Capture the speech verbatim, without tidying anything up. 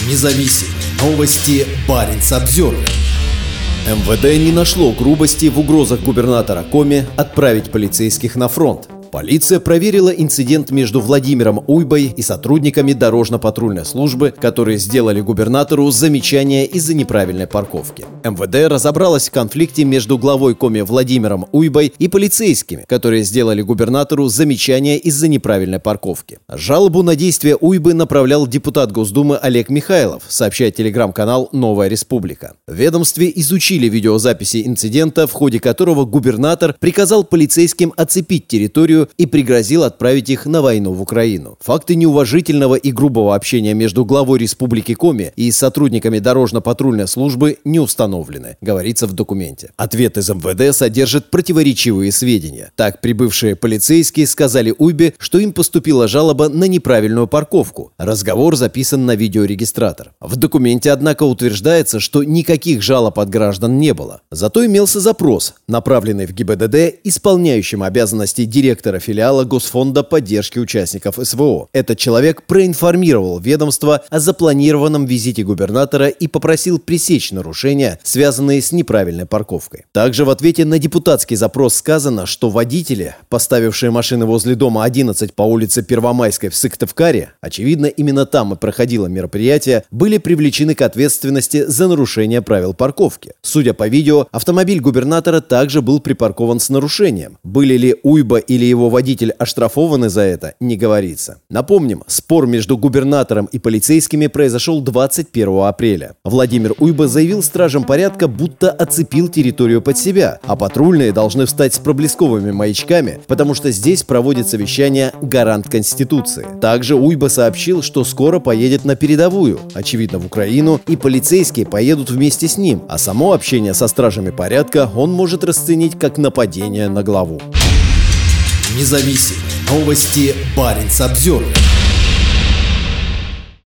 Независимые новости. Баренц-Обзервер. эм вэ дэ не нашло грубости в угрозах губернатора Коми отправить полицейских на фронт. Полиция проверила инцидент между Владимиром Уйбой и сотрудниками дорожно-патрульной службы, которые сделали губернатору замечание из-за неправильной парковки. эм вэ дэ разобралась в конфликте между главой Коми Владимиром Уйбой и полицейскими, которые сделали губернатору замечание из-за неправильной парковки. Жалобу на действия Уйбы направлял депутат Госдумы Олег Михайлов, сообщает телеграм-канал «Новая Республика». В ведомстве изучили видеозаписи инцидента, в ходе которого губернатор приказал полицейским оцепить территорию и пригрозил отправить их на войну в Украину. Факты неуважительного и грубого общения между главой Республики Коми и сотрудниками дорожно-патрульной службы не установлены, говорится в документе. Ответ из эм вэ дэ содержит противоречивые сведения. Так, прибывшие полицейские сказали Уйбе, что им поступила жалоба на неправильную парковку. Разговор записан на видеорегистратор. В документе, однако, утверждается, что никаких жалоб от граждан не было. Зато имелся запрос, направленный в гэ и бэ дэ дэ, исполняющим обязанности директора филиала Госфонда поддержки участников эс вэ о. Этот человек проинформировал ведомство о запланированном визите губернатора и попросил пресечь нарушения, связанные с неправильной парковкой. Также в ответе на депутатский запрос сказано, что водители, поставившие машины возле дома одиннадцать по улице Первомайской в Сыктывкаре, очевидно, именно там и проходило мероприятие, были привлечены к ответственности за нарушение правил парковки. Судя по видео, автомобиль губернатора также был припаркован с нарушением. Были ли Уйба или его водитель оштрафованы за это, не говорится. Напомним, спор между губернатором и полицейскими произошел двадцать первого апреля. Владимир Уйба заявил стражам порядка, будто оцепил территорию под себя, а патрульные должны встать с проблесковыми маячками, потому что здесь проводит совещание гарант Конституции. Также Уйба сообщил, что скоро поедет на передовую, очевидно в Украину, и полицейские поедут вместе с ним, а само общение со стражами порядка он может расценить как нападение на главу. Независимые новости. Баренц-Обзервер.